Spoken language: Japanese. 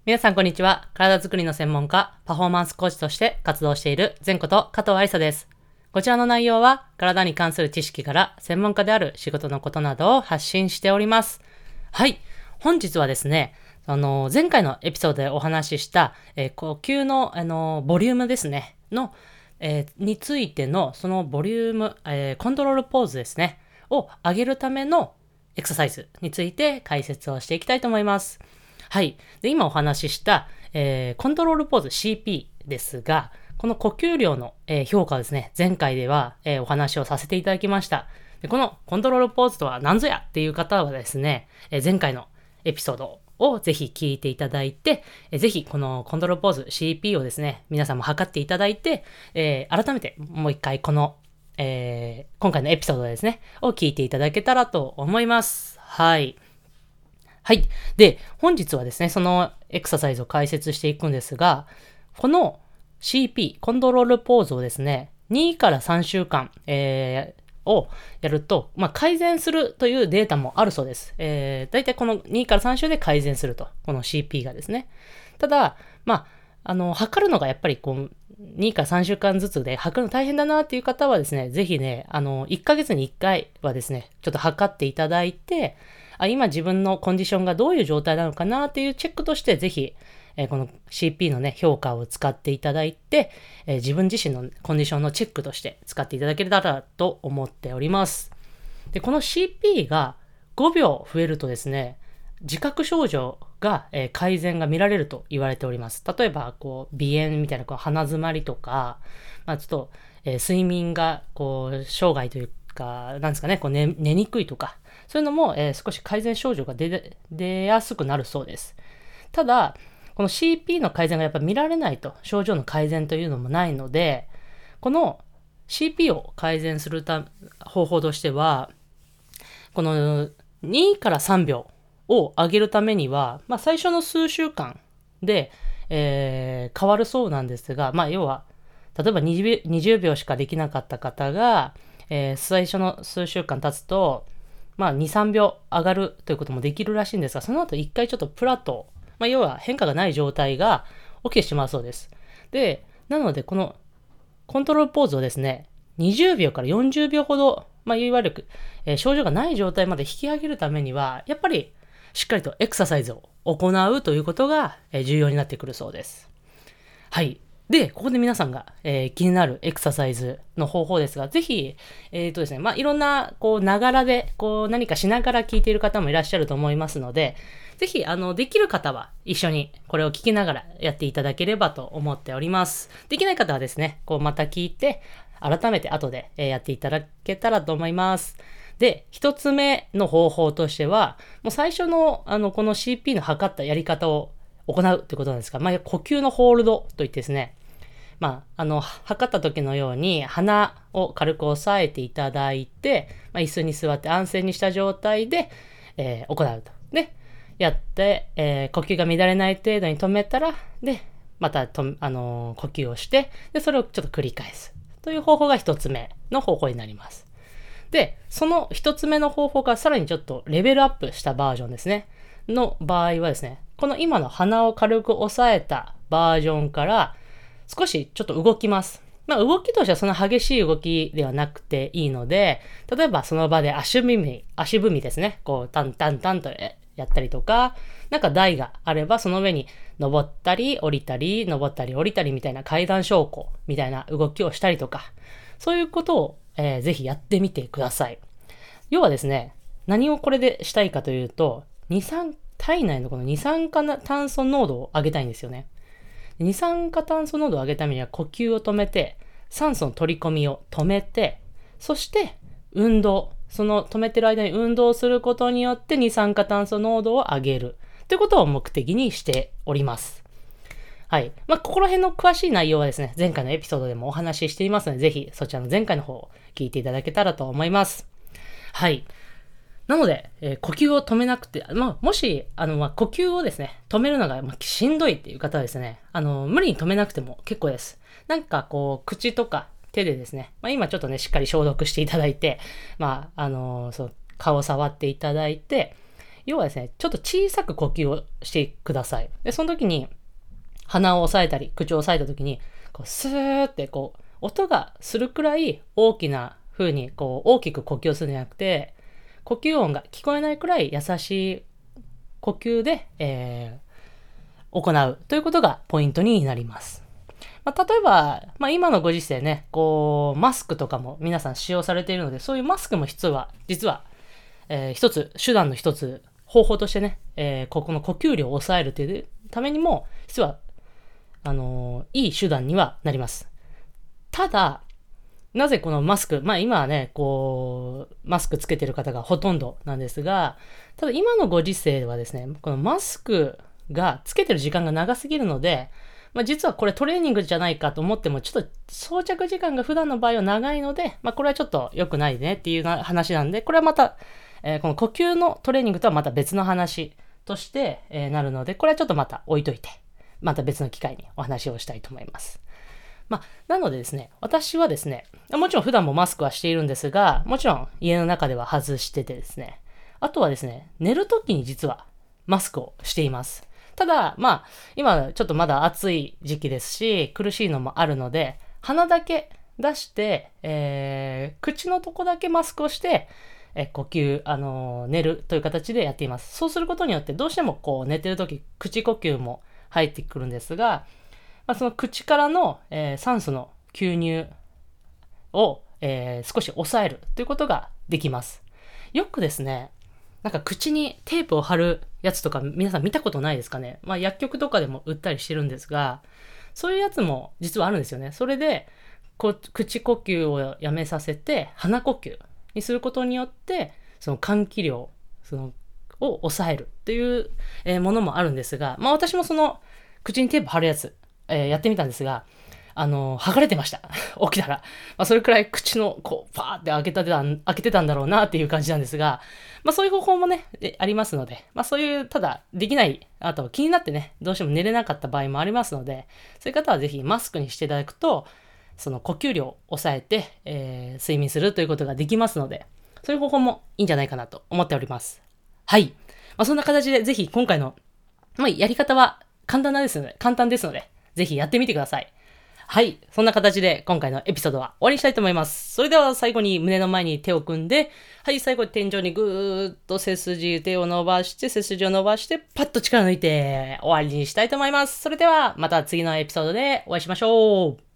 皆さんこんにちは。体づくりの専門家、パフォーマンスコーチとして活動している前こと加藤愛沙です。こちらの内容は体に関する知識から専門家である仕事のことなどを発信しております。はい。本日はですね、前回のエピソードでお話しした、呼吸の、ボリュームですね、についてのそのボリューム、コントロールポーズですね、を上げるためのエクササイズについて解説をしていきたいと思います。はい。で、今お話しした、コントロールポーズ CP ですが、この呼吸量の、評価をですね、前回では、お話をさせていただきました。で、このコントロールポーズとは何ぞやっていう方はですね、前回のエピソードをぜひ聞いていただいて、ぜひこのコントロールポーズ CP をですね、皆さんも測っていただいて、改めてもう一回この、今回のエピソードですね、を聞いていただけたらと思います。はい。はい。で、本日はですね、そのエクササイズを解説していくんですが、この CP、コントロールポーズをですね、2から3週間、をやると、改善するというデータもあるそうです。だいたいこの2から3週で改善すると。この CP がですね。ただ、測るのがやっぱり2から3週間ずつで測るの大変だなっていう方はですね、ぜひね、1ヶ月に1回はですね、ちょっと測っていただいて、今自分のコンディションがどういう状態なのかなっていうチェックとして、ぜひ、この CP のね、評価を使っていただいて、自分自身のコンディションのチェックとして使っていただけたらと思っております。で、この CP が5秒増えるとですね、自覚症状が、改善が見られると言われております。例えば、鼻炎みたいな鼻詰まりとか、ちょっと、睡眠が、障害というか、なんですかね、寝にくいとか、そういうのも、少し改善症状が出やすくなるそうです。ただ、この CP の改善がやっぱ見られないと、症状の改善というのもないので、この CP を改善する方法としては、この2から3秒を上げるためには、最初の数週間で、変わるそうなんですが、要は、例えば20秒しかできなかった方が、最初の数週間経つと、2、3秒上がるということもできるらしいんですが、その後一回ちょっとプラトー、要は変化がない状態が起きてしまうそうです。で、なのでこのコントロールポーズをですね、20秒から40秒ほど、いわゆる、症状がない状態まで引き上げるためには、やっぱりしっかりとエクササイズを行うということが重要になってくるそうです。はい。で、ここで皆さんが、気になるエクササイズの方法ですが、ぜひ、ですね、いろんな、ながらで、何かしながら聞いている方もいらっしゃると思いますので、ぜひ、できる方は一緒にこれを聞きながらやっていただければと思っております。できない方はですね、また聞いて、改めて後でやっていただけたらと思います。で、一つ目の方法としては、もう最初の、この CP の測ったやり方を行うってことなんですが、呼吸のホールドといってですね、測った時のように鼻を軽く押さえていただいて、椅子に座って安静にした状態で、行うと。で、やって、呼吸が乱れない程度に止めたら、で、また呼吸をして、で、それをちょっと繰り返す。という方法が一つ目の方法になります。で、その一つ目の方法がさらにちょっとレベルアップしたバージョンですね。の場合はですね、この今の鼻を軽く押さえたバージョンから少しちょっと動きます。動きとしてはそんな激しい動きではなくていいので、例えばその場で足踏みですね。タンタンタンとやったりとか、なんか台があればその上に登ったり降りたり、登ったり降りたりみたいな階段昇降みたいな動きをしたりとか、そういうことを、ぜひやってみてください。要はですね、何をこれでしたいかというと、体内のこの二酸化炭素濃度を上げたいんですよね。二酸化炭素濃度を上げるためには呼吸を止めて、酸素の取り込みを止めて、そして運動、その止めてる間に運動することによって二酸化炭素濃度を上げるということを目的にしております。はい。ここら辺の詳しい内容はですね、前回のエピソードでもお話ししていますので、ぜひそちらの前回の方を聞いていただけたらと思います。はい。なので、呼吸を止めなくて、もし、呼吸をですね、止めるのが、しんどいっていう方はですね、無理に止めなくても結構です。なんか口とか手でですね、今ちょっとね、しっかり消毒していただいて、顔を触っていただいて、 要はですね、ちょっと小さく呼吸をしてください。で、その時に鼻を押さえたり、口を押さえた時に、こうスーってこう、音がするくらい大きな風にこう大きく呼吸をするんじゃなくて、呼吸音が聞こえないくらい優しい呼吸で、行うということがポイントになります。例えば、今のご時世ね、こう、マスクとかも皆さん使用されているので、そういうマスクも実は、手段の一つ、方法としてね、ここの呼吸量を抑えるというためにも、実は、いい手段にはなります。ただ、なぜこのマスク、今はね、こう、マスクつけてる方がほとんどなんですが、ただ今のご時世はですね、このマスクがつけてる時間が長すぎるので、実はこれトレーニングじゃないかと思っても、ちょっと装着時間が普段の場合は長いので、これはちょっと良くないねっていう話なんで、これはまた、この呼吸のトレーニングとはまた別の話として、なるので、これはちょっとまた置いといて、また別の機会にお話をしたいと思います。なのでですね、私はですね、もちろん普段もマスクはしているんですが、もちろん家の中では外しててですね、あとはですね、寝るときに実はマスクをしています。ただ、今ちょっとまだ暑い時期ですし、苦しいのもあるので、鼻だけ出して、口のとこだけマスクをして、呼吸、寝るという形でやっています。そうすることによって、どうしてもこう寝てるとき、口呼吸も入ってくるんですが、その口からの、酸素の吸入を、少し抑えるということができます。よくですね、なんか口にテープを貼るやつとか皆さん見たことないですかね。薬局とかでも売ったりしてるんですが、そういうやつも実はあるんですよね。それで口呼吸をやめさせて鼻呼吸にすることによって、その換気量を抑えるっていう、ものもあるんですが、私もその口にテープ貼るやつ、やってみたんですが、剥がれてました。起きたら。それくらい口の、こう、パーって開けてたんだろうなっていう感じなんですが、そういう方法もね、ありますので、そういう、ただ、できない、あと気になってね、どうしても寝れなかった場合もありますので、そういう方はぜひマスクにしていただくと、その呼吸量を抑えて、睡眠するということができますので、そういう方法もいいんじゃないかなと思っております。はい。そんな形で、ぜひ今回の、やり方は簡単ですので、ぜひやってみてください。はい。そんな形で今回のエピソードは終わりにしたいと思います。それでは最後に胸の前に手を組んで、はい、最後に天井にぐーっと背筋を伸ばして、パッと力を抜いて終わりにしたいと思います。それではまた次のエピソードでお会いしましょう。